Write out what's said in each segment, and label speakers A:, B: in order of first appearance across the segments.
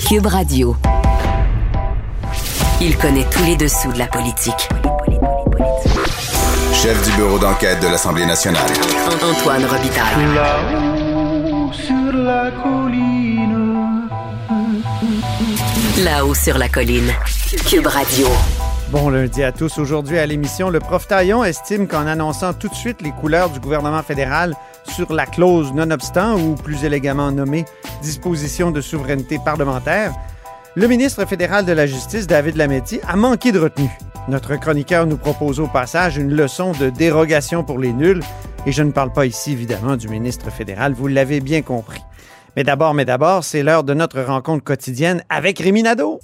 A: Cube Radio. Il connaît tous les dessous de la politique.
B: Chef du bureau d'enquête de l'Assemblée nationale.
A: Antoine Robitaille.
C: Là-haut sur la colline.
A: Là-haut sur la colline. Cube Radio.
D: Bon lundi à tous. Aujourd'hui à l'émission, le prof Taillon estime qu'en annonçant tout de suite les couleurs du gouvernement fédéral sur la clause nonobstant, ou plus élégamment nommée disposition de souveraineté parlementaire, le ministre fédéral de la Justice, David Lametti, a manqué de retenue. Notre chroniqueur nous propose au passage une leçon de dérogation pour les nuls, et je ne parle pas ici évidemment du ministre fédéral, vous l'avez bien compris. Mais d'abord, c'est l'heure de notre rencontre quotidienne avec Rémi Nadeau.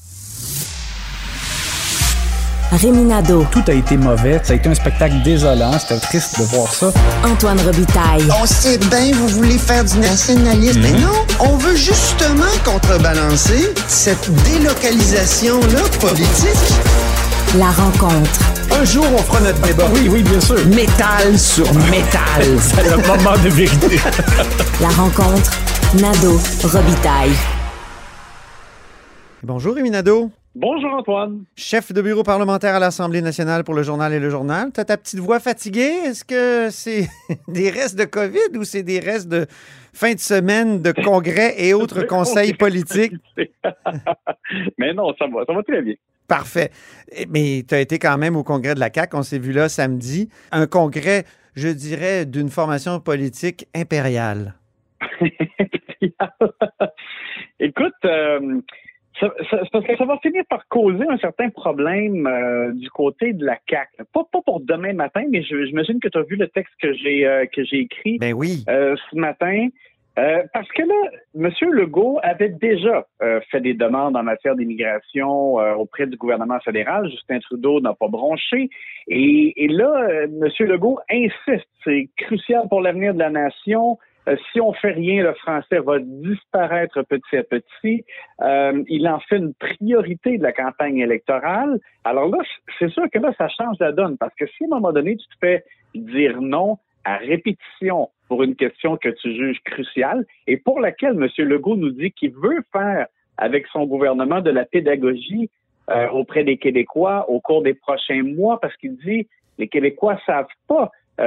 A: Rémi Nadeau.
E: Tout a été mauvais. Ça a été un spectacle désolant. C'était triste de voir ça.
A: Antoine Robitaille.
F: On sait bien, vous voulez faire du nationalisme. Mais non, on veut justement contrebalancer cette délocalisation-là politique.
A: La rencontre.
E: Un jour, on fera notre débat. Oui, bien sûr.
A: Métal sur métal.
E: C'est le moment de vérité.
A: La rencontre. Nadeau. Robitaille.
D: Bonjour Rémi Nadeau.
G: Bonjour Antoine.
D: Chef de bureau parlementaire à l'Assemblée nationale pour le Journal et le Journal. T'as ta petite voix fatiguée? Est-ce que c'est des restes de COVID ou c'est des restes de fin de semaine de congrès et autres conseils politiques?
G: Mais non, ça va très bien.
D: Parfait. Mais tu as été quand même au congrès de la CAQ. On s'est vu là samedi. Un congrès, je dirais, d'une formation politique impériale.
G: Écoute... parce que ça va finir par causer un certain problème du côté de la CAQ. Pas pour demain matin, mais j'imagine que tu as vu le texte que j'ai écrit
D: ben oui.
G: Ce matin. Parce que là, M. Legault avait déjà fait des demandes en matière d'immigration auprès du gouvernement fédéral. Justin Trudeau n'a pas bronché. Et là, M. Legault insiste. C'est crucial pour l'avenir de la nation. Si on fait rien, le français va disparaître petit à petit. Il en fait une priorité de la campagne électorale. Alors là, c'est sûr que là, ça change la donne. Parce que si à un moment donné, tu te fais dire non à répétition pour une question que tu juges cruciale et pour laquelle M. Legault nous dit qu'il veut faire avec son gouvernement de la pédagogie auprès des Québécois au cours des prochains mois, parce qu'il dit les Québécois savent pas,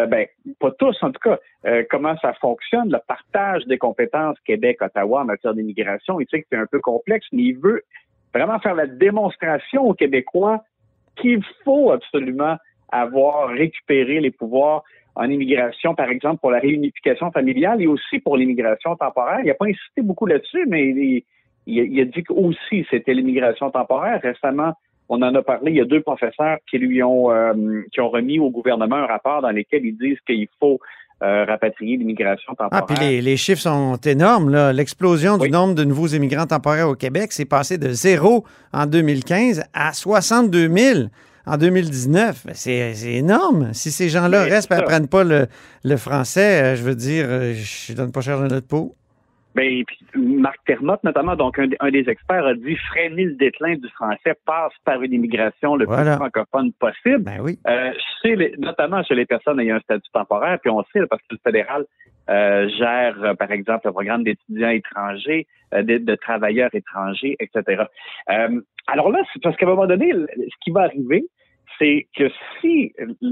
G: pas tous en tout cas, comment ça fonctionne, le partage des compétences Québec-Ottawa en matière d'immigration. Il sait que c'est un peu complexe, mais il veut vraiment faire la démonstration aux Québécois qu'il faut absolument avoir récupéré les pouvoirs en immigration, par exemple, pour la réunification familiale et aussi pour l'immigration temporaire. Il n'a pas insisté beaucoup là-dessus, mais il a dit qu'aussi c'était l'immigration temporaire. Récemment, on en a parlé, il y a 2 professeurs qui ont remis au gouvernement un rapport dans lequel ils disent qu'il faut rapatrier l'immigration temporaire.
D: Ah, puis les chiffres sont énormes, là. L'explosion du nombre de nouveaux immigrants temporaires au Québec, c'est passé de 0 en 2015 à 62 000 en 2019. C'est énorme. Si ces gens-là restent et n'apprennent pas le français, je veux dire, je donne pas cher de notre peau.
G: Ben, puis Marc Termotte, notamment, donc un des experts, a dit freiner le déclin du français passe par une immigration le plus francophone possible.
D: Ben oui.
G: Notamment chez les personnes ayant un statut temporaire, puis on sait parce que le fédéral gère, par exemple, le programme d'étudiants étrangers, de travailleurs étrangers, etc. Alors là, c'est parce qu'à un moment donné, ce qui va arriver, c'est que si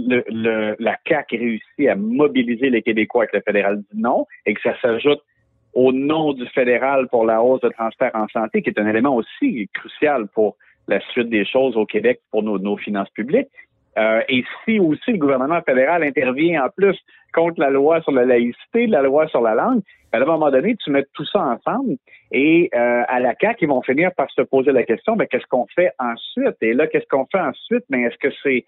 G: la CAQ réussit à mobiliser les Québécois et que le fédéral dit non, et que ça s'ajoute au nom du fédéral pour la hausse de transfert en santé, qui est un élément aussi crucial pour la suite des choses au Québec pour nos finances publiques. Et si aussi le gouvernement fédéral intervient en plus contre la loi sur la laïcité, la loi sur la langue, à un moment donné, tu mets tout ça ensemble et à la CAQ, ils vont finir par se poser la question, qu'est-ce qu'on fait ensuite? Et là, qu'est-ce qu'on fait ensuite? Est-ce que c'est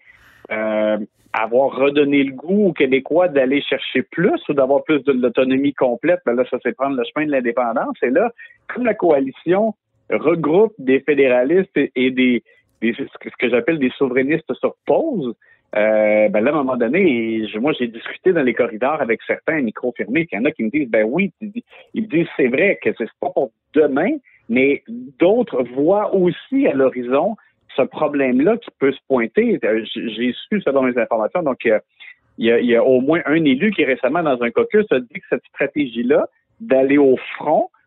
G: avoir redonné le goût aux Québécois d'aller chercher plus ou d'avoir plus de l'autonomie complète? Là, ça, c'est prendre le chemin de l'indépendance. Et là, comme la coalition regroupe des fédéralistes et ce que j'appelle des souverainistes sur pause, là, à un moment donné, moi, j'ai discuté dans les corridors avec certains micros fermés, puis il y en a qui me disent, oui, ils me disent, c'est vrai que c'est pas pour demain, mais d'autres voient aussi à l'horizon ce problème-là qui peut se pointer. J'ai su ça dans mes informations, donc il y a au moins un élu qui récemment, dans un caucus, a dit que cette stratégie-là, d'aller au front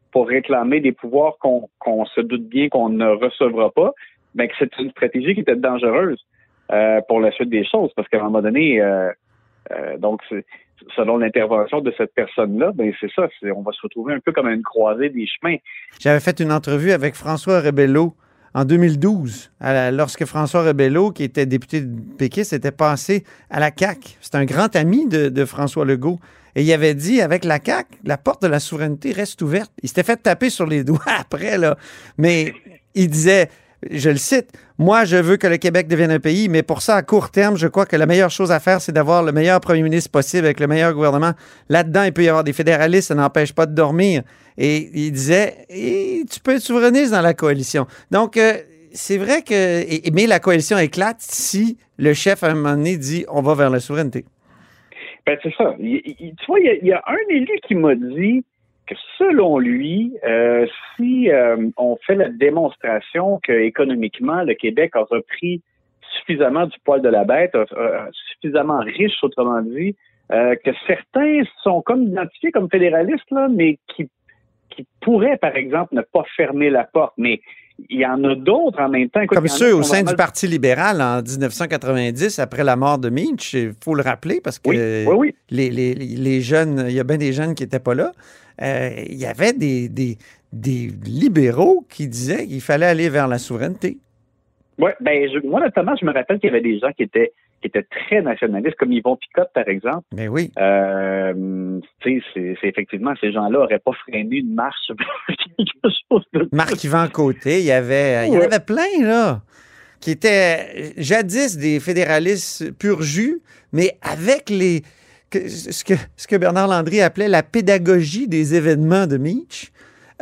G: pour réclamer des pouvoirs qu'on se doute bien qu'on ne recevra pas, ben que c'est une stratégie qui était dangereuse pour la suite des choses, parce qu'à un moment donné, donc selon l'intervention de cette personne-là, ben c'est ça, on va se retrouver un peu comme à une croisée des chemins.
D: J'avais fait une entrevue avec François Rebello en 2012, lorsque François Rebello, qui était député péquiste, était passé à la CAQ. C'est un grand ami de François Legault. Et il avait dit, avec la CAQ, la porte de la souveraineté reste ouverte. Il s'était fait taper sur les doigts après, là. Mais il disait, je le cite, « Moi, je veux que le Québec devienne un pays, mais pour ça, à court terme, je crois que la meilleure chose à faire, c'est d'avoir le meilleur premier ministre possible avec le meilleur gouvernement. Là-dedans, il peut y avoir des fédéralistes, ça n'empêche pas de dormir. » Et il disait, tu peux être souverainiste dans la coalition. Donc, c'est vrai que... Mais la coalition éclate si le chef, à un moment donné, dit, on va vers la souveraineté.
G: Ben, c'est ça. Tu vois, il y a un élu qui m'a dit que selon lui, si on fait la démonstration qu'économiquement, le Québec a repris suffisamment du poil de la bête, suffisamment riche, autrement dit, que certains sont comme identifiés comme fédéralistes, là, mais qui pourraient, par exemple, ne pas fermer la porte. Mais il y en a d'autres en même temps. Écoute,
D: comme ceux au sein du Parti libéral en 1990, après la mort de Meach, il faut le rappeler, parce que
G: oui.
D: Les jeunes, il y a bien des jeunes qui n'étaient pas là. Il y avait des libéraux qui disaient qu'il fallait aller vers la souveraineté. Oui,
G: moi notamment, je me rappelle qu'il y avait des gens qui étaient très nationalistes, comme Yvon Picotte, par exemple.
D: Ben oui.
G: C'est effectivement, ces gens-là n'auraient pas freiné une marche vers quelque chose de...
D: Marc-Yvan Côté, il y en avait plein, là, qui étaient jadis des fédéralistes pur jus, mais avec ce que Bernard Landry appelait la pédagogie des événements de Meach.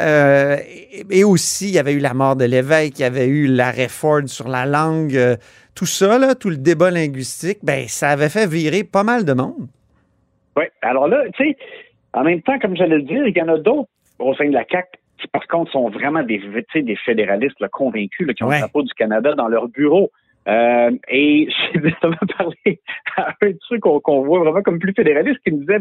D: Et aussi, il y avait eu la mort de l'évêque, il y avait eu l'arrêt Ford sur la langue, tout ça, là, tout le débat linguistique, ça avait fait virer pas mal de monde.
G: Oui, alors là, tu sais, en même temps, comme j'allais le dire, il y en a d'autres au sein de la CAQ qui, par contre, sont vraiment des fédéralistes là, convaincus, là, qui ont le drapeau du Canada dans leur bureau. Et j'ai justement parlé à un truc qu'on voit vraiment comme plus fédéraliste, qui me disait,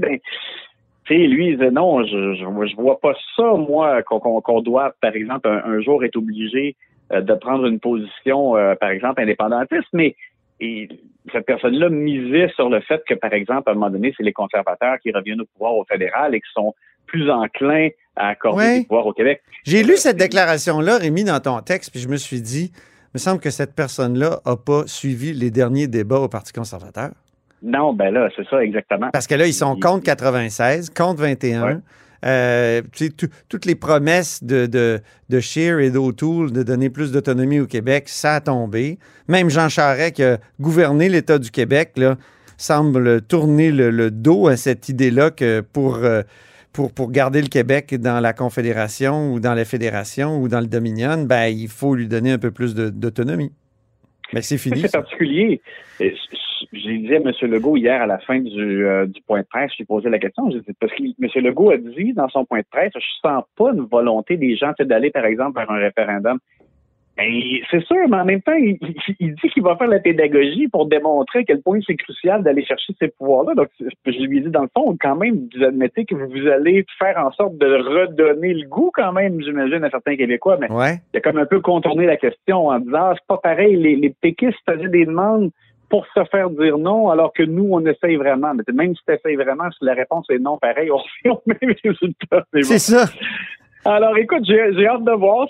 G: lui, il disait non, je vois pas ça, moi, qu'on doit, par exemple, un jour être obligé de prendre une position, par exemple, indépendantiste, mais cette personne-là misait sur le fait que, par exemple, à un moment donné, c'est les conservateurs qui reviennent au pouvoir au fédéral et qui sont plus enclins à accorder des pouvoirs au Québec.
D: J'ai lu cette déclaration-là, Rémi, dans ton texte, puis je me suis dit, il me semble que cette personne-là n'a pas suivi les derniers débats au Parti conservateur.
G: Non, là, c'est ça, exactement.
D: Parce que là, ils sont contre 96, contre 21. Ouais. Toutes les promesses de Scheer et d'O'Toole de donner plus d'autonomie au Québec, ça a tombé. Même Jean Charest, qui a gouverné l'État du Québec, là, semble tourner le dos à cette idée-là que pour garder le Québec dans la Confédération ou dans la Fédération ou dans le Dominion, il faut lui donner un peu plus d'autonomie. Mais c'est fini.
G: C'est particulier. J'ai dit à M. Legault hier à la fin du point de presse, je lui ai posé la question, parce que M. Legault a dit dans son point de presse, je sens pas une volonté des gens d'aller, par exemple, vers un référendum. C'est sûr, mais en même temps, il dit qu'il va faire la pédagogie pour démontrer à quel point c'est crucial d'aller chercher ces pouvoirs-là. Donc, je lui ai dit, dans le fond, quand même, vous admettez que vous allez faire en sorte de redonner le goût, quand même, j'imagine, à certains Québécois. Mais il a comme un peu contourné la question en disant, c'est pas pareil, les péquistes faisaient des demandes pour se faire dire non, alors que nous, on essaye vraiment. Mais même si tu essayes vraiment, si la réponse est non, pareil, on fait le même résultat.
D: C'est ça.
G: Alors, écoute, j'ai hâte de voir.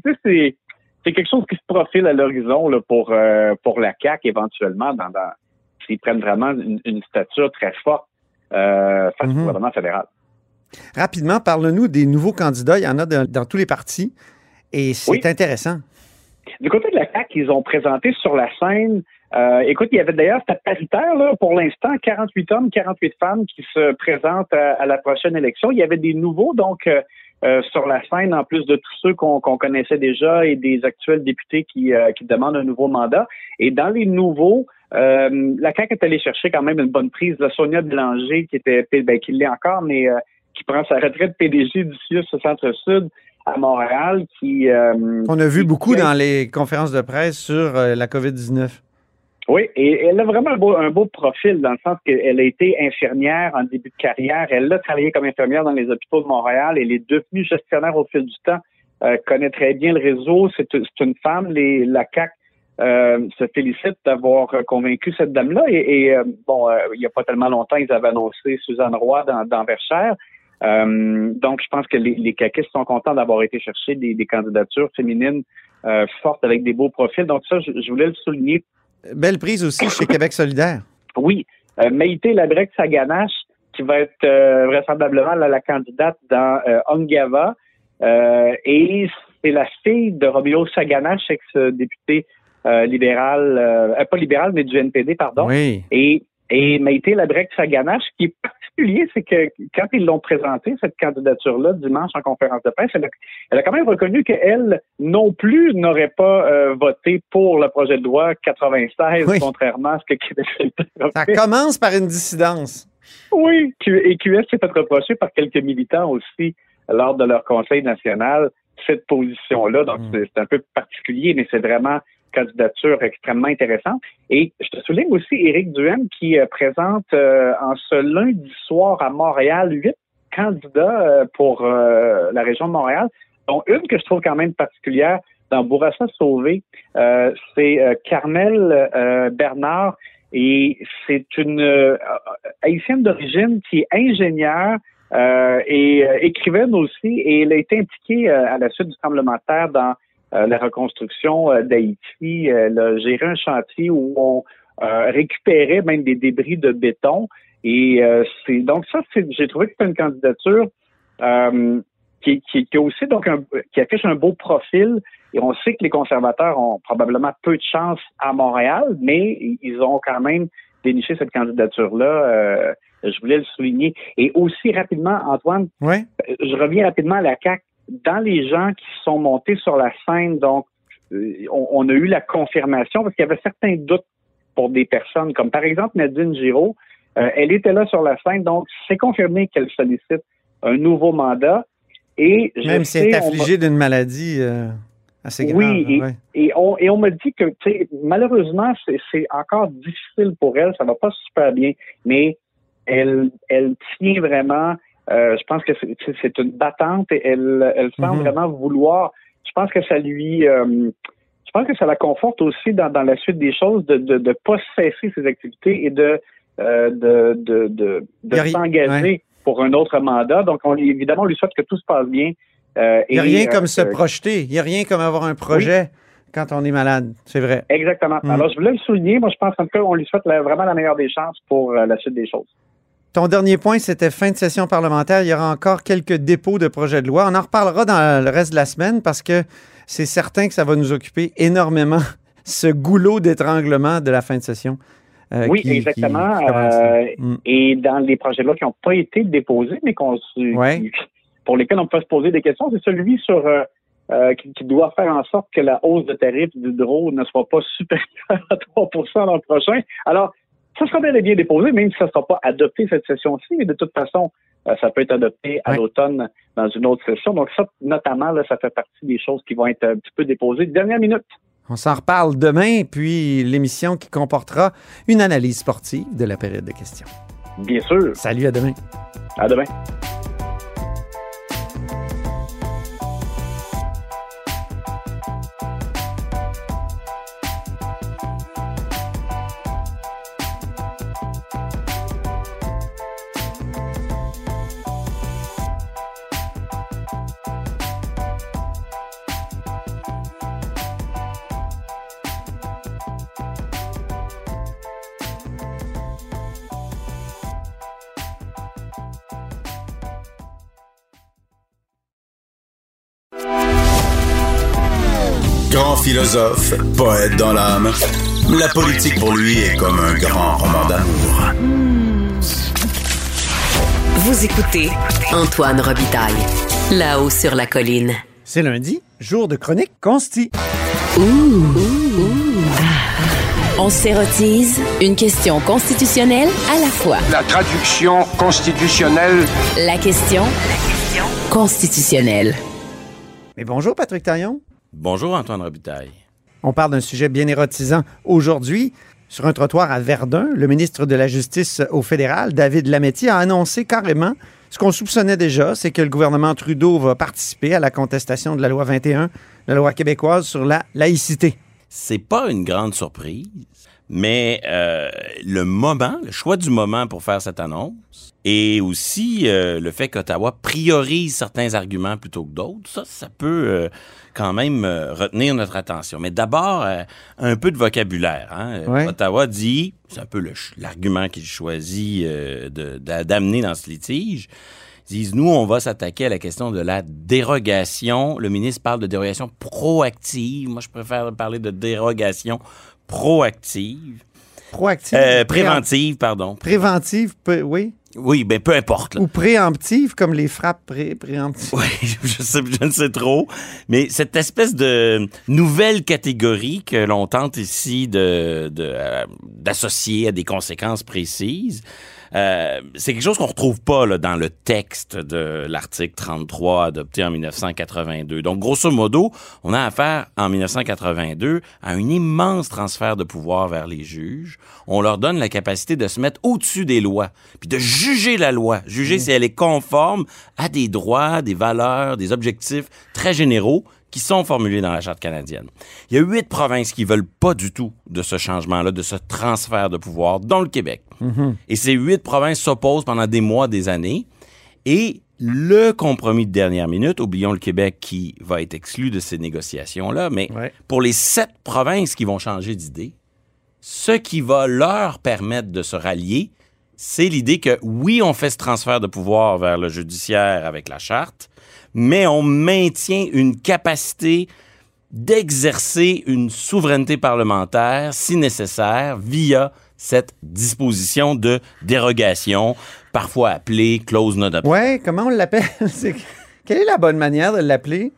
G: C'est quelque chose qui se profile à l'horizon là, pour la CAQ éventuellement, s'ils prennent vraiment une stature très forte face au gouvernement fédéral.
D: Rapidement, parle-nous des nouveaux candidats. Il y en a dans tous les partis et c'est intéressant.
G: Du côté de la CAQ, ils ont présenté sur la scène, écoute, il y avait d'ailleurs, c'était paritaire là, pour l'instant, 48 hommes, 48 femmes qui se présentent à la prochaine élection. Il y avait des nouveaux, donc... sur la scène, en plus de tous ceux qu'on connaissait déjà et des actuels députés qui demandent un nouveau mandat. Et dans les nouveaux, la CAQ est allée chercher quand même une bonne prise de Sonia Bélanger, qui l'est encore, mais qui prend sa retraite PDG du CIUS Centre-Sud à Montréal. On
D: a vu beaucoup dans les conférences de presse sur la COVID-19.
G: Oui, et elle a vraiment un beau profil dans le sens qu'elle a été infirmière en début de carrière. Elle a travaillé comme infirmière dans les hôpitaux de Montréal. Elle est devenue gestionnaire au fil du temps. Connaît très bien le réseau. C'est une femme. La CAQ se félicite d'avoir convaincu cette dame-là. Et il n'y a pas tellement longtemps, ils avaient annoncé Suzanne Roy dans Verchères. Donc, je pense que les caquistes sont contents d'avoir été chercher des candidatures féminines fortes avec des beaux profils. Donc ça, je voulais le souligner.
D: Belle prise aussi chez Québec solidaire.
G: Oui. Maïté Labrec-Saganache, qui va être vraisemblablement la candidate dans Ongava. Et c'est la fille de Roméo Saganache, ex-député libéral, pas libéral, mais du NPD, pardon.
D: Oui.
G: Et Maïté Labrec-Saganache, ce qui est particulier, c'est que quand ils l'ont présentée, cette candidature-là, dimanche en conférence de presse, elle a quand même reconnu qu'elle non plus n'aurait pas voté pour le projet de loi 96,
D: oui.
G: Contrairement à ce que Québec solidaire
D: Ça
G: a fait.
D: commence par une dissidence.
G: Oui, et QS s'est fait reprocher par quelques militants aussi lors de leur conseil national cette position-là. Donc, c'est un peu particulier, mais c'est vraiment candidature extrêmement intéressante. Et je te souligne aussi Éric Duhaime qui présente en ce lundi soir à Montréal 8 candidats pour la région de Montréal, dont une que je trouve quand même particulière dans Bourassa-Sauvé, c'est Carmel Bernard, et c'est une haïtienne d'origine qui est ingénieure et écrivaine aussi, et elle a été impliquée à la suite du tremblement de terre dans la reconstruction d'Haïti. Elle a géré un chantier où on récupérait même des débris de béton. Et j'ai trouvé que c'était une candidature qui aussi qui affiche un beau profil. Et on sait que les conservateurs ont probablement peu de chance à Montréal, mais ils ont quand même déniché cette candidature-là. Je voulais le souligner. Et aussi rapidement, Antoine,
D: ouais.
G: Je reviens rapidement à la CAQ. Dans les gens qui sont montés sur la scène, donc, on a eu la confirmation parce qu'il y avait certains doutes pour des personnes, comme par exemple Nadine Giraud. Elle était là sur la scène, donc c'est confirmé qu'elle sollicite un nouveau mandat. Et
D: même si elle est affligée d'une maladie assez grave.
G: Oui, et on me dit que, malheureusement, c'est encore difficile pour elle, ça va pas super bien, mais elle tient vraiment. Je pense que c'est une battante et elle semble vraiment vouloir. Je pense que ça la conforte aussi dans la suite des choses de pas cesser ses activités et de s'engager pour un autre mandat. Donc, évidemment, on lui souhaite que tout se passe bien.
D: Il n'y a rien comme se projeter. Il n'y a rien comme avoir un projet quand on est malade. C'est vrai.
G: Exactement. Alors, je voulais le souligner. Moi, je pense en tout cas qu'on lui souhaite vraiment la meilleure des chances pour la suite des choses.
D: Ton dernier point, c'était fin de session parlementaire. Il y aura encore quelques dépôts de projets de loi. On en reparlera dans le reste de la semaine parce que c'est certain que ça va nous occuper énormément, ce goulot d'étranglement de la fin de session.
G: Oui, exactement. Et dans les projets de loi qui n'ont pas été déposés, mais pour lesquels on peut se poser des questions, c'est celui sur qui doit faire en sorte que la hausse de tarifs d'hydro ne soit pas supérieure à 3 % l'an prochain. Alors, ça sera bel et bien déposé, même si ça ne sera pas adopté cette session-ci, mais de toute façon, ça peut être adopté à l'automne dans une autre session. Donc ça, notamment, là, ça fait partie des choses qui vont être un petit peu déposées. Dernière minute.
D: On s'en reparle demain, puis l'émission qui comportera une analyse sportive de la période de questions.
G: Bien sûr.
D: Salut, à demain.
G: À demain.
B: Grand philosophe, poète dans l'âme, la politique pour lui est comme un grand roman d'amour.
A: Vous écoutez Antoine Robitaille, là-haut sur la colline.
D: C'est lundi, jour de chronique consti.
A: On s'érotise une question constitutionnelle à la fois.
H: La traduction constitutionnelle.
A: La question constitutionnelle.
D: Mais bonjour, Patrick Taillon.
I: Bonjour, Antoine Robitaille.
D: On parle d'un sujet bien érotisant aujourd'hui. Sur un trottoir à Verdun, le ministre de la Justice au fédéral, David Lametti, a annoncé carrément ce qu'on soupçonnait déjà, c'est que le gouvernement Trudeau va participer à la contestation de la loi 21, la loi québécoise sur la laïcité.
I: C'est pas une grande surprise, mais le choix du moment pour faire cette annonce, et aussi le fait qu'Ottawa priorise certains arguments plutôt que d'autres, ça peut quand même retenir notre attention. Mais d'abord, un peu de vocabulaire.
D: Ouais.
I: Ottawa dit, c'est un peu l'argument qu'il choisit d'amener dans ce litige, ils disent, nous, on va s'attaquer à la question de la dérogation. Le ministre parle de dérogation proactive. Moi, je préfère parler de dérogation proactive.
D: Proactive?
I: Préventive, pardon.
D: Préventive, oui.
I: Oui, bien, peu importe. Là.
D: Ou préemptive, comme les frappes préemptives.
I: Oui, je ne sais trop. Mais cette espèce de nouvelle catégorie que l'on tente ici d'associer à des conséquences précises, c'est quelque chose qu'on retrouve pas là, dans le texte de l'article 33 adopté en 1982. Donc, grosso modo, on a affaire en 1982 à un immense transfert de pouvoir vers les juges. On leur donne la capacité de se mettre au-dessus des lois, puis de juger la loi. Juger si elle est conforme à des droits, des valeurs, des objectifs très généraux qui sont formulés dans la Charte canadienne. Il y a 8 provinces qui veulent pas du tout de ce changement-là, de ce transfert de pouvoir, dont le Québec. Mm-hmm. Et ces 8 provinces s'opposent pendant des mois, des années. Et le compromis de dernière minute, oublions le Québec qui va être exclu de ces négociations-là, mais pour les 7 provinces qui vont changer d'idée, ce qui va leur permettre de se rallier, c'est l'idée que, oui, on fait ce transfert de pouvoir vers le judiciaire avec la Charte, mais on maintient une capacité d'exercer une souveraineté parlementaire, si nécessaire, via cette disposition de dérogation, parfois appelée clause non obstant.
D: Oui, comment on l'appelle? Quelle est la bonne manière de l'appeler?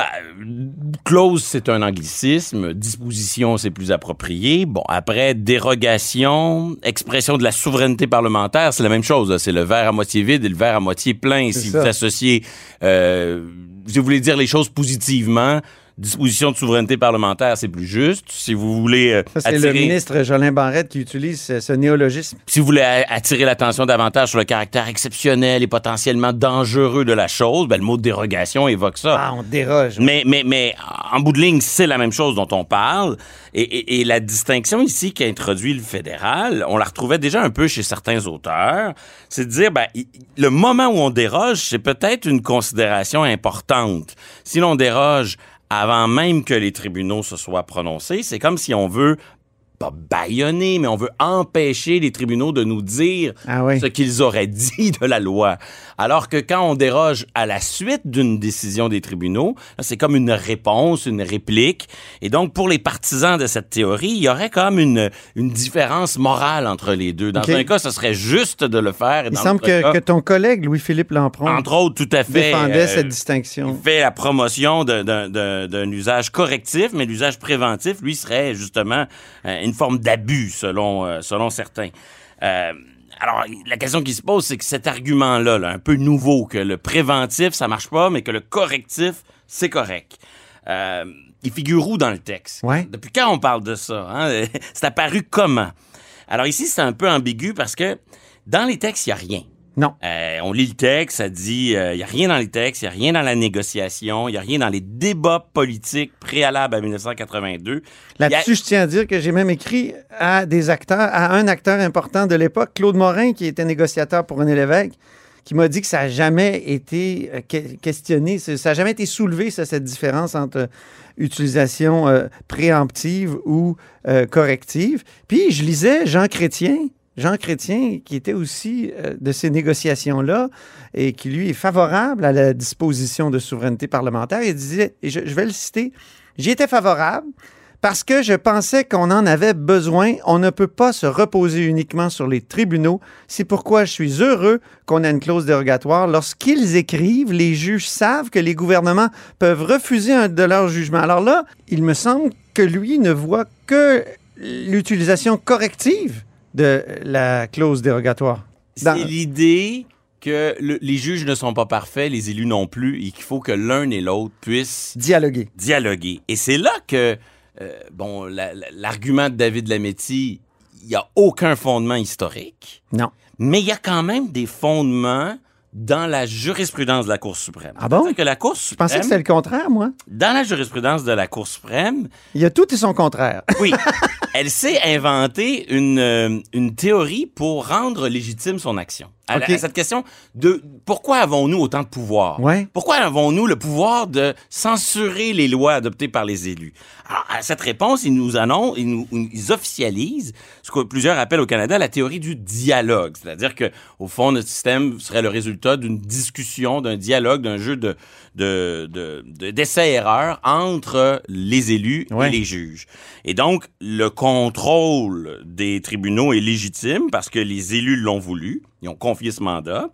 I: Clause, c'est un anglicisme. Disposition, c'est plus approprié. Bon, après, dérogation, expression de la souveraineté parlementaire, c'est la même chose. Là. C'est le verre à moitié vide et le verre à moitié plein. Si vous associez, si vous voulez dire les choses positivement, disposition de souveraineté parlementaire, c'est plus juste. Si vous voulez
D: ça, c'est le ministre Jolin Barrette qui utilise ce néologisme.
I: Si vous voulez attirer l'attention davantage sur le caractère exceptionnel et potentiellement dangereux de la chose, le mot dérogation évoque ça.
D: Ah, on déroge.
I: Mais en bout de ligne, c'est la même chose dont on parle. Et la distinction ici qu'a introduit le fédéral, on la retrouvait déjà un peu chez certains auteurs, c'est de dire, le moment où on déroge, c'est peut-être une considération importante. Si l'on déroge avant même que les tribunaux se soient prononcés, c'est comme si on veut pas bâillonner, mais on veut empêcher les tribunaux de nous dire ce qu'ils auraient dit de la loi. Alors que quand on déroge à la suite d'une décision des tribunaux, là, c'est comme une réponse, une réplique. Et donc, pour les partisans de cette théorie, il y aurait comme une différence morale entre les deux. Dans un cas, ce serait juste de le faire. Et
D: il semble que ton collègue, Louis-Philippe Lampron,
I: entre autres, tout à fait,
D: défendait cette distinction.
I: Il fait la promotion d'un usage correctif, mais l'usage préventif, lui, serait justement une forme d'abus, selon certains. Alors, la question qui se pose, c'est que cet argument-là, un peu nouveau, que le préventif, ça marche pas, mais que le correctif, c'est correct. Il figure où dans le texte?
D: Ouais.
I: Depuis quand on parle de ça? Hein? C'est apparu comment? Alors ici, c'est un peu ambigu parce que dans les textes, il n'y a rien.
D: Non.
I: On lit le texte, ça dit, il n'y a rien dans les textes, il n'y a rien dans la négociation, il n'y a rien dans les débats politiques préalables à 1982.
D: Là-dessus, je tiens à dire que j'ai même écrit à un acteur important de l'époque, Claude Morin, qui était négociateur pour René Lévesque, qui m'a dit que ça n'a jamais été questionné, ça n'a jamais été soulevé, cette différence entre utilisation préemptive ou corrective. Puis, je lisais Jean Chrétien, qui était aussi de ces négociations-là et qui, lui, est favorable à la disposition de souveraineté parlementaire. Il disait, et je vais le citer, « J'y étais favorable parce que je pensais qu'on en avait besoin. On ne peut pas se reposer uniquement sur les tribunaux. C'est pourquoi je suis heureux qu'on ait une clause dérogatoire. Lorsqu'ils écrivent, les juges savent que les gouvernements peuvent refuser un de leurs jugements. » Alors là, il me semble que lui ne voit que l'utilisation corrective de la clause dérogatoire.
I: C'est l'idée que les juges ne sont pas parfaits, les élus non plus, et qu'il faut que l'un et l'autre puissent dialoguer. Et c'est là que, l'argument de David Lametti, il n'y a aucun fondement historique.
D: Non.
I: Mais il y a quand même des fondements dans la jurisprudence de la Cour suprême.
D: Ah bon?
I: C'est-à-dire que la Cour
D: Je
I: suprême...
D: pensais que c'était le contraire, moi.
I: Dans la jurisprudence de la Cour suprême...
D: Il y a tout et son contraire.
I: Oui. Elle s'est inventée une théorie pour rendre légitime son action. À cette question de pourquoi avons-nous autant de pouvoir?
D: Ouais.
I: Pourquoi avons-nous le pouvoir de censurer les lois adoptées par les élus? Alors, à cette réponse, ils officialisent ce que plusieurs appellent au Canada la théorie du dialogue. C'est-à-dire que, au fond, notre système serait le résultat d'une discussion, d'un dialogue, d'un jeu d'essais-erreurs entre les élus et les juges. Et donc, le contrôle des tribunaux est légitime parce que les élus l'ont voulu. Ils ont confié ce mandat,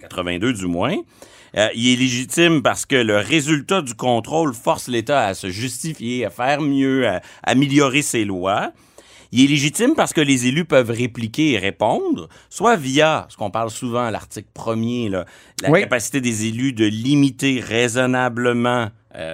I: 82 du moins. Il est légitime parce que le résultat du contrôle force l'État à se justifier, à faire mieux, à améliorer ses lois. Il est légitime parce que les élus peuvent répliquer et répondre, soit via, ce qu'on parle souvent à l'article 1er, là, la capacité des élus de limiter raisonnablement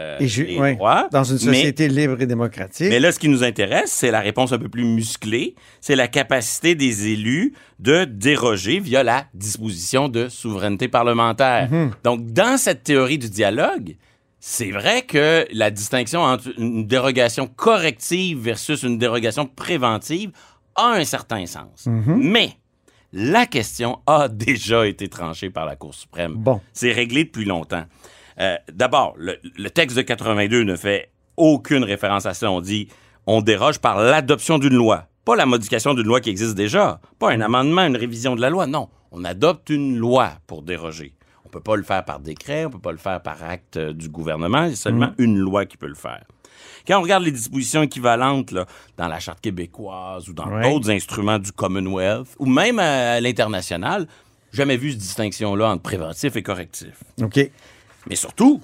I: les droits.
D: Dans une société libre et démocratique.
I: Mais là, ce qui nous intéresse, c'est la réponse un peu plus musclée. C'est la capacité des élus de déroger via la disposition de souveraineté parlementaire. Donc, dans cette théorie du dialogue, c'est vrai que la distinction entre une dérogation corrective versus une dérogation préventive a un certain sens. Mais la question a déjà été tranchée par la Cour suprême.
D: Bon.
I: C'est réglé depuis longtemps. D'abord, le texte de 82 ne fait aucune référence à ça. On dit on déroge par l'adoption d'une loi, pas la modification d'une loi qui existe déjà, pas un amendement, une révision de la loi. Non, on adopte une loi pour déroger. On peut pas le faire par décret, on peut pas le faire par acte du gouvernement. Il y a seulement une loi qui peut le faire. Quand on regarde les dispositions équivalentes là, dans la Charte québécoise ou dans d'autres instruments du Commonwealth ou même à l'international, jamais vu cette distinction-là entre préventif et correctif.
D: OK.
I: Mais surtout,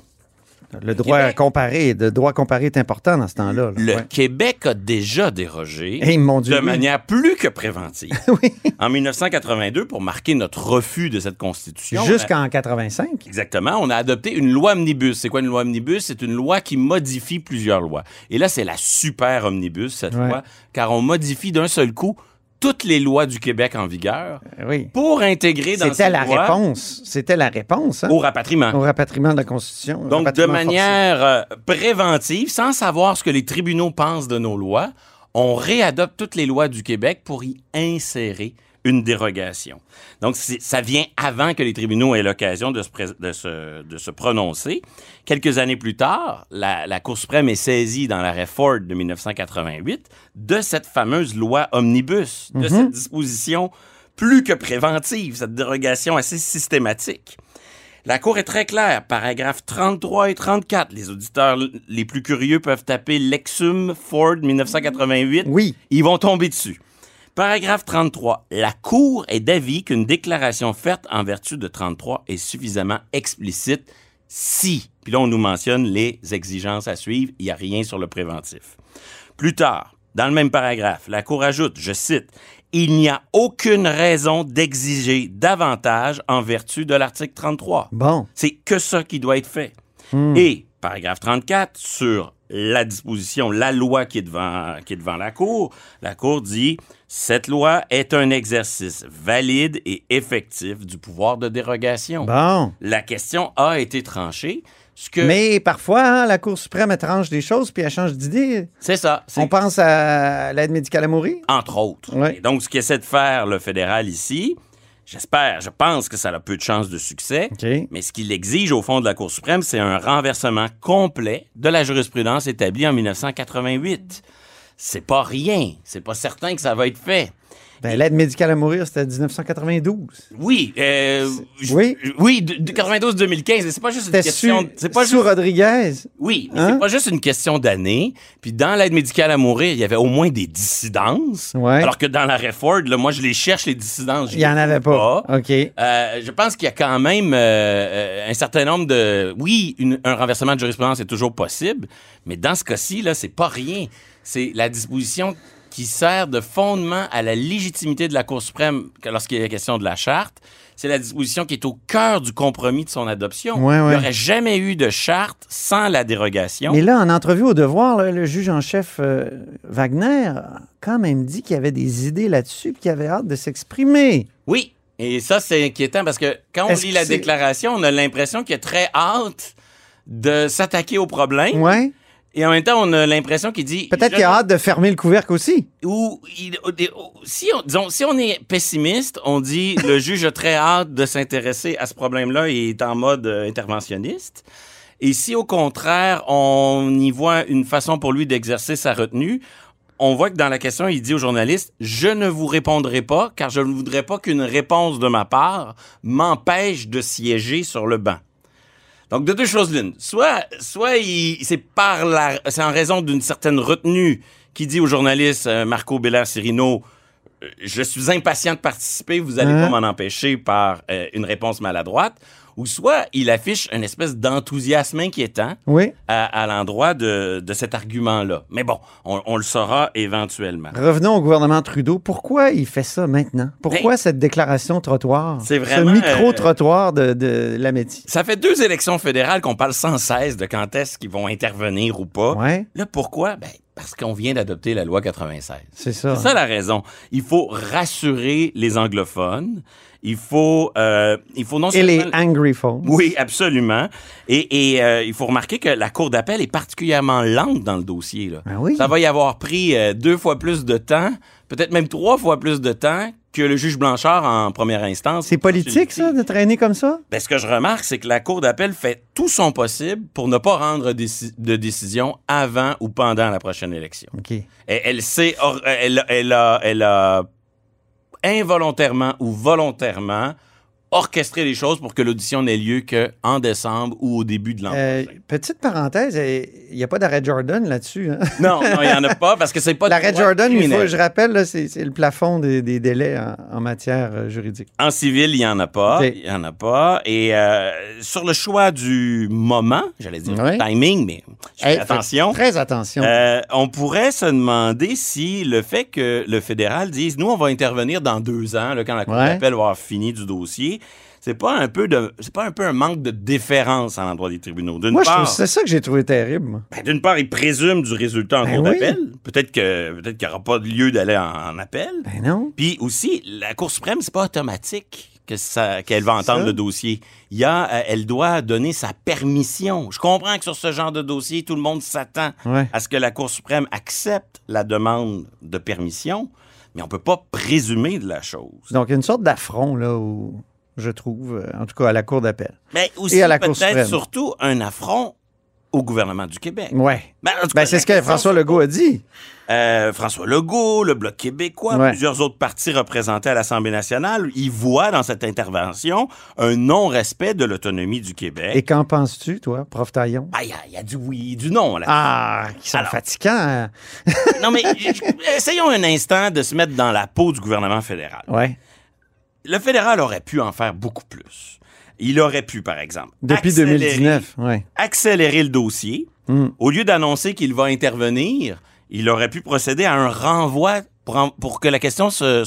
D: le droit comparé est important dans ce temps-là.
I: Le Québec a déjà dérogé
D: mon Dieu,
I: de manière plus que préventive. En 1982, pour marquer notre refus de cette Constitution.
D: Jusqu'en 85.
I: Exactement. On a adopté une loi omnibus. C'est quoi une loi omnibus? C'est une loi qui modifie plusieurs lois. Et là, c'est la super omnibus, cette loi, car on modifie d'un seul coup toutes les lois du Québec en vigueur pour intégrer dans cette loi...
D: C'était la réponse. Hein?
I: Au rapatriement.
D: Au rapatriement de la Constitution.
I: Donc, de manière préventive, sans savoir ce que les tribunaux pensent de nos lois, on réadopte toutes les lois du Québec pour y insérer une dérogation. Donc, ça vient avant que les tribunaux aient l'occasion de se prononcer. Quelques années plus tard, la Cour suprême est saisie dans l'arrêt Ford de 1988 de cette fameuse loi omnibus, de cette disposition plus que préventive, cette dérogation assez systématique. La Cour est très claire. Paragraphes 33 et 34. Les auditeurs les plus curieux peuvent taper Lexum Ford 1988.
D: Oui.
I: Ils vont tomber dessus. Paragraphe 33. La Cour est d'avis qu'une déclaration faite en vertu de 33 est suffisamment explicite si, puis là on nous mentionne les exigences à suivre, il n'y a rien sur le préventif. Plus tard, dans le même paragraphe, la Cour ajoute, je cite, « Il n'y a aucune raison d'exiger davantage en vertu de l'article 33. »
D: Bon.
I: C'est que ça qui doit être fait. Et, paragraphe 34, sur la disposition, la loi qui est devant la Cour dit « Cette loi est un exercice valide et effectif du pouvoir de dérogation. »
D: Bon.
I: La question a été tranchée.
D: Mais parfois, la Cour suprême, elle tranche des choses puis elle change d'idée.
I: C'est ça.
D: On pense à l'aide médicale à mourir.
I: Entre autres.
D: Ouais.
I: Et donc, ce qu'essaie de faire le fédéral ici, je pense que ça a peu de chances de succès, mais ce qu'il exige au fond de la Cour suprême, c'est un renversement complet de la jurisprudence établie en 1988. C'est pas rien. C'est pas certain que ça va être fait.
D: L'aide médicale à mourir, c'était 1992.
I: Oui. Oui, de 92-2015. C'est pas juste une question...
D: Sous Rodriguez.
I: Oui, mais c'est pas juste une question d'année. Puis dans l'aide médicale à mourir, il y avait au moins des dissidences.
D: Ouais.
I: Alors que dans l'arrêt Ford, là, moi, je les cherche, les dissidences.
D: Il y en avait pas. OK.
I: Je pense qu'il y a quand même un certain nombre de... Oui, un renversement de jurisprudence est toujours possible, mais dans ce cas-ci, là, c'est pas rien. C'est la disposition qui sert de fondement à la légitimité de la Cour suprême lorsqu'il y a question de la charte, c'est la disposition qui est au cœur du compromis de son adoption.
D: Ouais, ouais.
I: Il n'y aurait jamais eu de charte sans la dérogation.
D: Mais là, en entrevue au Devoir, là, le juge en chef Wagner a quand même dit qu'il y avait des idées là-dessus et qu'il avait hâte de s'exprimer.
I: Oui, et ça, c'est inquiétant parce que quand on lit la déclaration, on a l'impression qu'il a très hâte de s'attaquer au problème.
D: Ouais.
I: Et en même temps, on a l'impression qu'il dit...
D: Peut-être qu'il a hâte de fermer le couvercle aussi.
I: Ou si on est pessimiste, on dit le juge a très hâte de s'intéresser à ce problème-là et est en mode interventionniste. Et si au contraire, on y voit une façon pour lui d'exercer sa retenue, on voit que dans la question, il dit aux journalistes « Je ne vous répondrai pas car je ne voudrais pas qu'une réponse de ma part m'empêche de siéger sur le banc. » Donc, de deux choses l'une. Soit c'est en raison d'une certaine retenue qui dit aux journalistes Marco Beller-Cirino, je suis impatient de participer, vous allez pas m'en empêcher par une réponse maladroite. Ou soit il affiche une espèce d'enthousiasme inquiétant à l'endroit de cet argument-là. Mais bon, on le saura éventuellement.
D: Revenons au gouvernement Trudeau. Pourquoi il fait ça maintenant? Pourquoi cette déclaration trottoir?
I: C'est vraiment,
D: ce micro-trottoir de Lametti.
I: Ça fait 2 élections fédérales qu'on parle sans cesse de quand est-ce qu'ils vont intervenir ou pas.
D: Ouais.
I: Là, pourquoi? Parce qu'on vient d'adopter la loi 96.
D: C'est ça.
I: C'est ça la raison. Il faut rassurer les anglophones. Il faut non seulement...
D: Et les anglophones.
I: Oui, absolument. Et il faut remarquer que la Cour d'appel est particulièrement lente dans le dossier. Là.
D: Ah oui?
I: Ça va y avoir pris 2 fois plus de temps, peut-être même 3 fois plus de temps que le juge Blanchard en première instance.
D: C'est politique, ça, de traîner comme ça?
I: Ce que je remarque, c'est que la Cour d'appel fait tout son possible pour ne pas rendre de décision avant ou pendant la prochaine élection.
D: OK.
I: Elle a involontairement ou volontairement orchestrer les choses pour que l'audition n'ait lieu qu'en décembre ou au début de l'an prochain.
D: Petite parenthèse, il n'y a pas d'arrêt Jordan là-dessus. Hein?
I: Non, il n'y en a pas parce que c'est pas...
D: L'arrêt Jordan, je rappelle, là, c'est le plafond des délais en matière juridique.
I: En civil, il n'y en a pas.
D: Okay.
I: Il n'y en a pas. Et sur le choix du moment, j'allais dire timing, mais attention.
D: Très attention.
I: On pourrait se demander si le fait que le fédéral dise, nous, on va intervenir dans 2 ans, là, quand la Cour d'appel va avoir fini du dossier, c'est pas un peu un manque de déférence à l'endroit des tribunaux.
D: Moi, c'est ça que j'ai trouvé terrible.
I: D'une part, ils présument du résultat en cour d'appel. Peut-être qu'il n'y aura pas de lieu d'aller en appel.
D: Ben non.
I: Puis aussi, la Cour suprême, c'est pas automatique qu'elle va entendre le dossier. Elle doit donner sa permission. Je comprends que sur ce genre de dossier, tout le monde s'attend à ce que la Cour suprême accepte la demande de permission, mais on peut pas présumer de la chose.
D: Donc, il y a une sorte d'affront, là, où... je trouve, en tout cas à la Cour d'appel.
I: Mais aussi,
D: et à la Cour suprême.
I: Peut-être surtout un affront au gouvernement du Québec.
D: Oui. C'est ce que François Legault a dit.
I: François Legault, le Bloc québécois, plusieurs autres partis représentés à l'Assemblée nationale, ils voient dans cette intervention un non-respect de l'autonomie du Québec.
D: Et qu'en penses-tu, toi, Prof Taillon?
I: Il y a du oui, du non. Là.
D: Qui sont fatigants.
I: Non, mais essayons un instant de se mettre dans la peau du gouvernement fédéral.
D: Oui.
I: Le fédéral aurait pu en faire beaucoup plus. Il aurait pu, par exemple,
D: depuis 2019,
I: accélérer le dossier. Au lieu d'annoncer qu'il va intervenir, il aurait pu procéder à un renvoi pour que la question se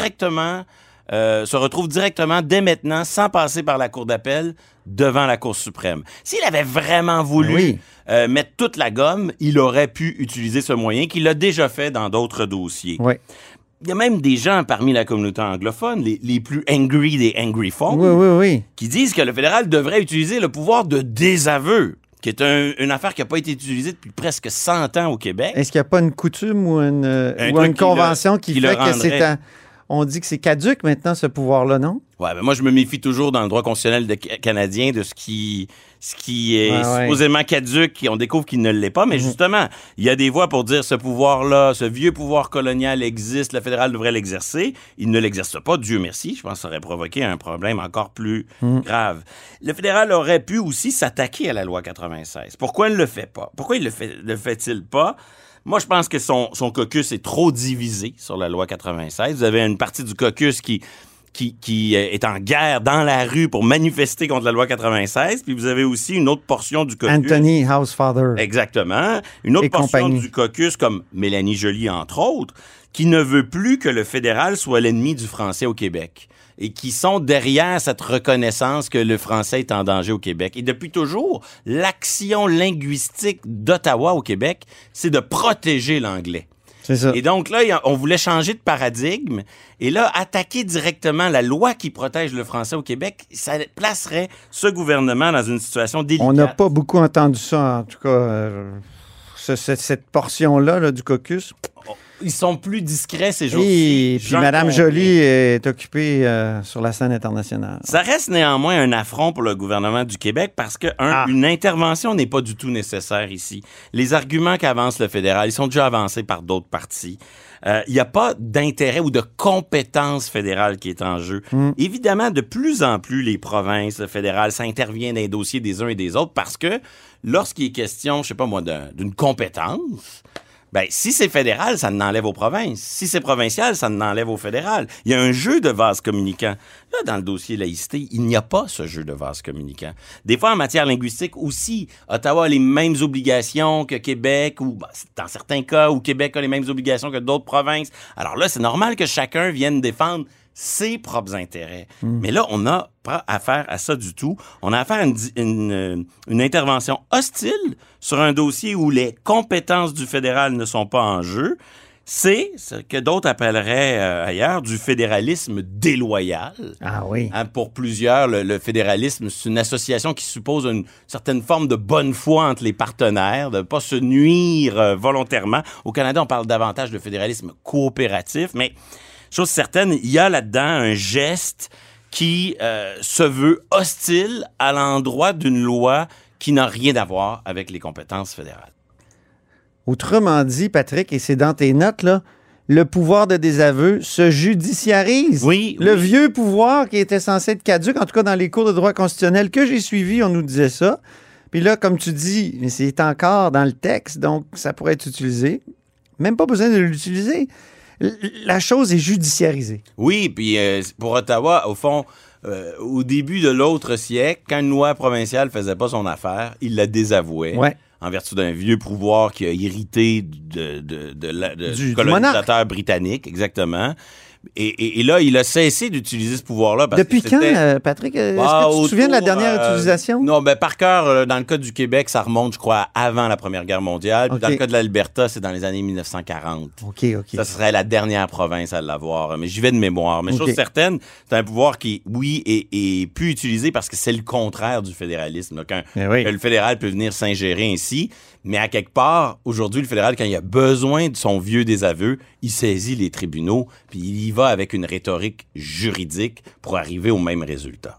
I: retrouve directement, dès maintenant, sans passer par la Cour d'appel, devant la Cour suprême. S'il avait vraiment voulu mettre toute la gomme, il aurait pu utiliser ce moyen qu'il a déjà fait dans d'autres dossiers.
D: Oui.
I: Il y a même des gens parmi la communauté anglophone, les plus angry des angry folk, qui disent que le fédéral devrait utiliser le pouvoir de désaveu, qui est une affaire qui n'a pas été utilisée depuis presque 100 ans au Québec.
D: Est-ce qu'il n'y a pas une coutume ou une convention qui fait que c'est on dit que c'est caduc maintenant, ce pouvoir-là, non? Oui,
I: moi, je me méfie toujours dans le droit constitutionnel canadien de ce qui est supposément caduc, on découvre qu'il ne l'est pas. Mais justement, il y a des voix pour dire ce pouvoir-là, ce vieux pouvoir colonial existe, le fédéral devrait l'exercer. Il ne l'exerce pas, Dieu merci. Je pense que ça aurait provoqué un problème encore plus grave. Le fédéral aurait pu aussi s'attaquer à la loi 96. Pourquoi il ne le fait pas? Pourquoi il le fait-il pas? Moi, je pense que son caucus est trop divisé sur la loi 96. Vous avez une partie du caucus qui est en guerre dans la rue pour manifester contre la loi 96, puis vous avez aussi une autre portion du caucus.
D: Anthony Housefather.
I: Exactement. Une autre portion du caucus, comme Mélanie Joly, entre autres, qui ne veut plus que le fédéral soit l'ennemi du français au Québec. et qui sont derrière cette reconnaissance que le français est en danger au Québec. Et depuis toujours, l'action linguistique d'Ottawa au Québec, c'est de protéger l'anglais.
D: C'est ça.
I: Et donc là, on voulait changer de paradigme. Et là, attaquer directement la loi qui protège le français au Québec, ça placerait ce gouvernement dans une situation délicate.
D: On n'a pas beaucoup entendu ça, en tout cas, cette portion-là là, du caucus.
I: Ils sont plus discrets ces jours-ci.
D: Et puis Mme Joly est occupée sur la scène internationale.
I: Ça reste néanmoins un affront pour le gouvernement du Québec parce qu'une intervention n'est pas du tout nécessaire ici. Les arguments qu'avance le fédéral, ils sont déjà avancés par d'autres partis. Il n'y a pas d'intérêt ou de compétence fédérale qui est en jeu. Évidemment, de plus en plus, les provinces, le fédéral, ça intervient dans les dossiers des uns et des autres parce que lorsqu'il est question, je sais pas moi, d'une compétence... Ben, si c'est fédéral, ça n'enlève aux provinces. Si c'est provincial, ça n'enlève au fédéral. Il y a un jeu de vase communicant. Là, dans le dossier laïcité, il n'y a pas ce jeu de vase communicant. Des fois, en matière linguistique aussi, Ottawa a les mêmes obligations que Québec, ou dans certains cas, où Québec a les mêmes obligations que d'autres provinces. Alors là, c'est normal que chacun vienne défendre ses propres intérêts. Mais là, on n'a pas affaire à ça du tout. On a affaire à une intervention hostile sur un dossier où les compétences du fédéral ne sont pas en jeu. C'est ce que d'autres appelleraient ailleurs du fédéralisme déloyal.
D: Ah oui.
I: Pour plusieurs, le fédéralisme, c'est une association qui suppose une certaine forme de bonne foi entre les partenaires, de ne pas se nuire volontairement. Au Canada, on parle davantage de fédéralisme coopératif, mais chose certaine, il y a là-dedans un geste qui se veut hostile à l'endroit d'une loi qui n'a rien à voir avec les compétences fédérales.
D: Autrement dit, Patrick, et c'est dans tes notes, là, le pouvoir de désaveu se judiciarise.
I: Oui.
D: Le vieux pouvoir qui était censé être caduc, en tout cas dans les cours de droit constitutionnel que j'ai suivis, on nous disait ça. Puis là, comme tu dis, c'est encore dans le texte, donc ça pourrait être utilisé. Même pas besoin de l'utiliser. La chose est judiciarisée.
I: Oui, puis pour Ottawa, au fond, au début de l'autre siècle, quand une loi provinciale faisait pas son affaire, il la désavouait.
D: Ouais.
I: En vertu d'un vieux pouvoir qui a hérité du colonisateur britannique, exactement. Et là, il a cessé d'utiliser ce pouvoir-là.
D: Depuis quand, Patrick? Est-ce que tu te souviens de la dernière utilisation?
I: Non, ben par cœur, dans le cas du Québec, ça remonte, je crois, avant la Première Guerre mondiale. Puis dans le cas de l'Alberta, c'est dans les années 1940.
D: OK.
I: Ça serait la dernière province à l'avoir. Mais j'y vais de mémoire. Mais chose certaine, c'est un pouvoir qui, oui, est plus utilisé parce que c'est le contraire du fédéralisme. Là, que le fédéral peut venir s'ingérer ainsi. Mais à quelque part, aujourd'hui, le fédéral, quand il a besoin de son vieux désaveu, il saisit les tribunaux, puis il y va avec une rhétorique juridique pour arriver au même résultat.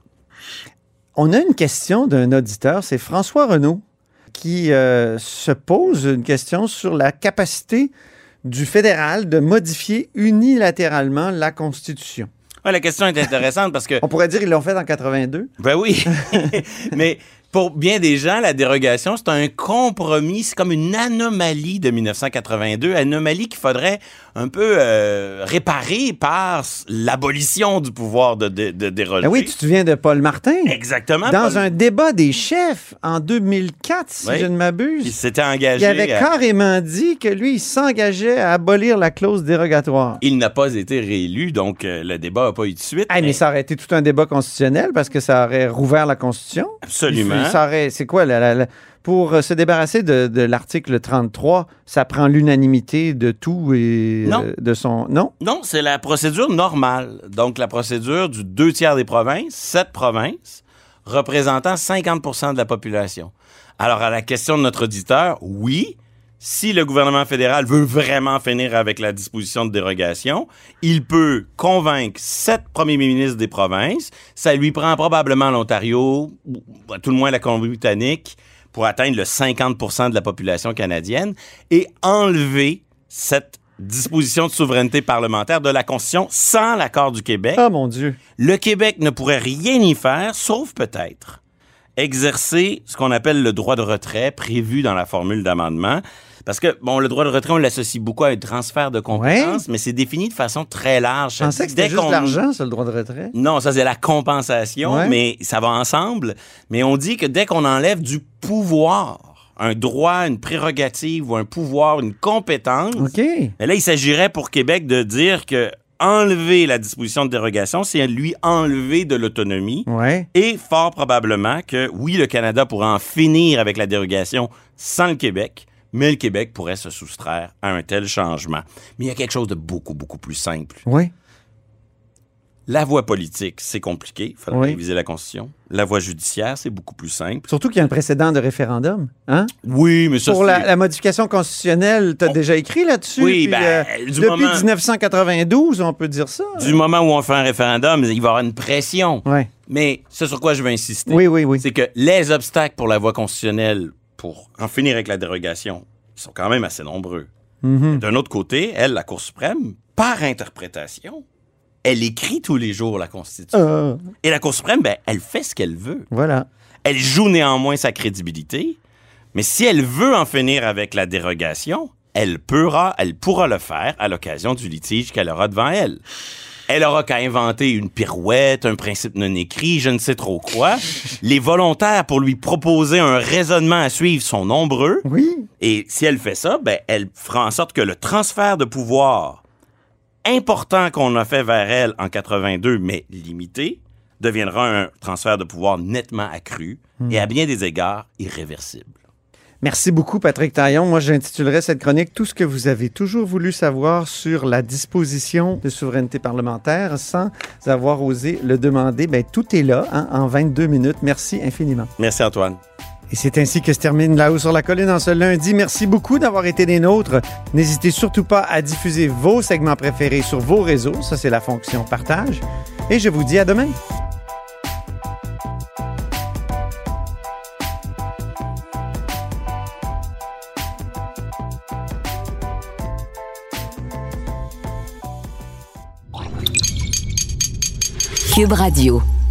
D: On a une question d'un auditeur, c'est François Renaud, qui se pose une question sur la capacité du fédéral de modifier unilatéralement la Constitution.
I: Ouais, la question est intéressante parce que...
D: On pourrait dire qu'ils l'ont fait en 82.
I: Ben oui, mais... Pour bien des gens, la dérogation, c'est un compromis, c'est comme une anomalie de 1982, anomalie qu'il faudrait un peu réparer par l'abolition du pouvoir de déroger.
D: Ben oui, tu te souviens de Paul Martin?
I: Exactement.
D: Dans un débat des chefs en 2004, si je ne m'abuse.
I: Il s'était engagé.
D: Il avait carrément dit que lui, il s'engageait à abolir la clause dérogatoire.
I: Il n'a pas été réélu, donc le débat n'a pas eu de suite.
D: Mais ça aurait été tout un débat constitutionnel parce que ça aurait rouvert la Constitution.
I: Absolument.
D: C'est quoi? Pour se débarrasser de l'article 33, ça prend l'unanimité de tout et de son... Non?
I: Non, c'est la procédure normale. Donc, la procédure du 2/3 des provinces, 7 provinces, représentant 50% de la population. Alors, à la question de notre auditeur, oui, si le gouvernement fédéral veut vraiment finir avec la disposition de dérogation, il peut convaincre 7 premiers ministres des provinces. Ça lui prend probablement l'Ontario, ou à tout le moins la Colombie-Britannique, pour atteindre le 50% de la population canadienne et enlever cette disposition de souveraineté parlementaire de la Constitution sans l'accord du Québec.
D: Ah, mon Dieu! Le
I: Québec ne pourrait rien y faire, sauf peut-être exercer ce qu'on appelle le droit de retrait prévu dans la formule d'amendement. Parce que, bon, le droit de retrait, on l'associe beaucoup à un transfert de compétences, mais c'est défini de façon très large.
D: Je pensais que c'était juste l'argent, ça, le droit de retrait.
I: Non, ça, c'est la compensation, mais ça va ensemble. Mais on dit que dès qu'on enlève du pouvoir, un droit, une prérogative ou un pouvoir, une compétence,
D: mais
I: là, il s'agirait pour Québec de dire que enlever la disposition de dérogation, c'est lui enlever de l'autonomie.
D: Ouais.
I: Et fort probablement que, oui, le Canada pourrait en finir avec la dérogation sans le Québec, mais le Québec pourrait se soustraire à un tel changement. Mais il y a quelque chose de beaucoup, beaucoup plus simple.
D: Oui.
I: La voie politique, c'est compliqué. Il faudrait
D: Oui.
I: réviser la Constitution. La voie judiciaire, c'est beaucoup plus simple.
D: Surtout qu'il y a un précédent de référendum. Hein?
I: Oui, mais ça,
D: Pour
I: c'est...
D: la modification constitutionnelle, tu as déjà écrit là-dessus.
I: Oui,
D: puis,
I: du
D: depuis
I: moment...
D: 1992, on peut dire ça.
I: Du moment où on fait un référendum, il va y avoir une pression.
D: Ouais.
I: Mais ce sur quoi je veux insister,
D: Oui.
I: c'est que les obstacles pour la voie constitutionnelle, pour en finir avec la dérogation, sont quand même assez nombreux.
D: Mm-hmm.
I: D'un autre côté, la Cour suprême, par interprétation, elle écrit tous les jours la Constitution. Et la Cour suprême, elle fait ce qu'elle veut.
D: Voilà.
I: Elle joue néanmoins sa crédibilité, mais si elle veut en finir avec la dérogation, elle pourra le faire à l'occasion du litige qu'elle aura devant elle. Elle aura qu'à inventer une pirouette, un principe non écrit, je ne sais trop quoi. Les volontaires pour lui proposer un raisonnement à suivre sont nombreux.
D: Oui.
I: Et si elle fait ça, elle fera en sorte que le transfert de pouvoir important qu'on a fait vers elle en 82, mais limité, deviendra un transfert de pouvoir nettement accru et à bien des égards irréversible.
D: Merci beaucoup, Patrick Taillon. Moi, j'intitulerais cette chronique « Tout ce que vous avez toujours voulu savoir sur la disposition de souveraineté parlementaire sans avoir osé le demander ». Tout est là, en 22 minutes. Merci infiniment.
I: Merci, Antoine.
D: Et c'est ainsi que se termine Là-haut sur la colline en ce lundi. Merci beaucoup d'avoir été des nôtres. N'hésitez surtout pas à diffuser vos segments préférés sur vos réseaux. Ça, c'est la fonction partage. Et je vous dis à demain.
A: Cube Radio.